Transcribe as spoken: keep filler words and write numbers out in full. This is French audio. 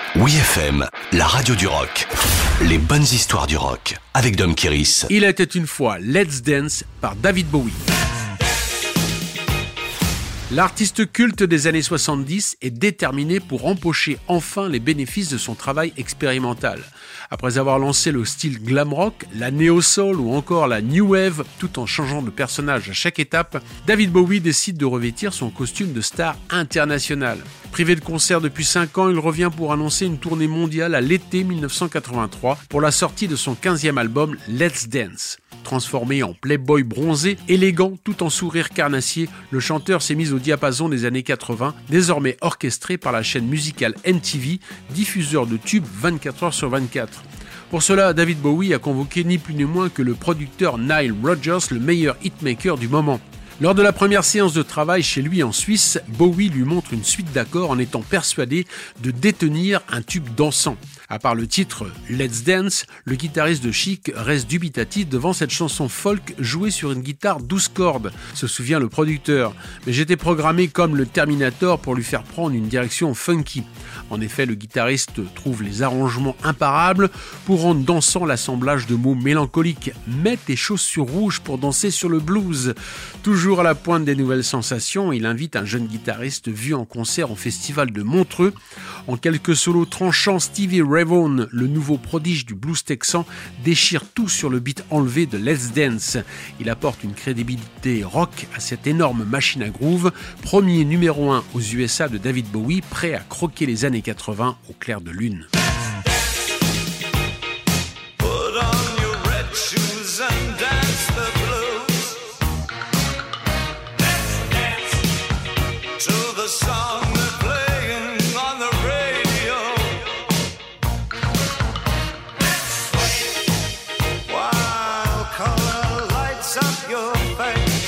Oui F M, la radio du rock. Les bonnes histoires du rock avec Dom Kiris. Il était une fois Let's Dance par David Bowie. L'artiste culte des années soixante-dix est déterminé pour empocher enfin les bénéfices de son travail expérimental. Après avoir lancé le style glam rock, la néo-soul ou encore la new wave, tout en changeant de personnage à chaque étape, David Bowie décide de revêtir son costume de star international. Privé de concert depuis cinq ans, il revient pour annoncer une tournée mondiale à l'été dix-neuf cent quatre-vingt-trois pour la sortie de son quinzième album Let's Dance. Transformé en playboy bronzé, élégant tout en sourire carnassier, le chanteur s'est mis au diapason des années quatre-vingts, désormais orchestré par la chaîne musicale M T V, diffuseur de tubes vingt-quatre heures sur vingt-quatre. Pour cela, David Bowie a convoqué ni plus ni moins que le producteur Nile Rodgers, le meilleur hitmaker du moment. Lors de la première séance de travail chez lui en Suisse, Bowie lui montre une suite d'accords en étant persuadé de détenir un tube dansant. À part le titre Let's Dance, le guitariste de Chic reste dubitatif devant cette chanson folk jouée sur une guitare douze cordes, se souvient le producteur. Mais j'étais programmé comme le Terminator pour lui faire prendre une direction funky. En effet, le guitariste trouve les arrangements imparables pour rendre dansant l'assemblage de mots mélancoliques. Mets tes chaussures rouges pour danser sur le blues. Toujours à la pointe des nouvelles sensations, il invite un jeune guitariste vu en concert au festival de Montreux. En quelques solos tranchants, Stevie Ray Vaughan, le nouveau prodige du blues texan, déchire tout sur le beat enlevé de Let's Dance. Il apporte une crédibilité rock à cette énorme machine à groove, premier numéro un aux U S A de David Bowie, prêt à croquer les années quatre-vingts au clair de lune. Color lights up your face.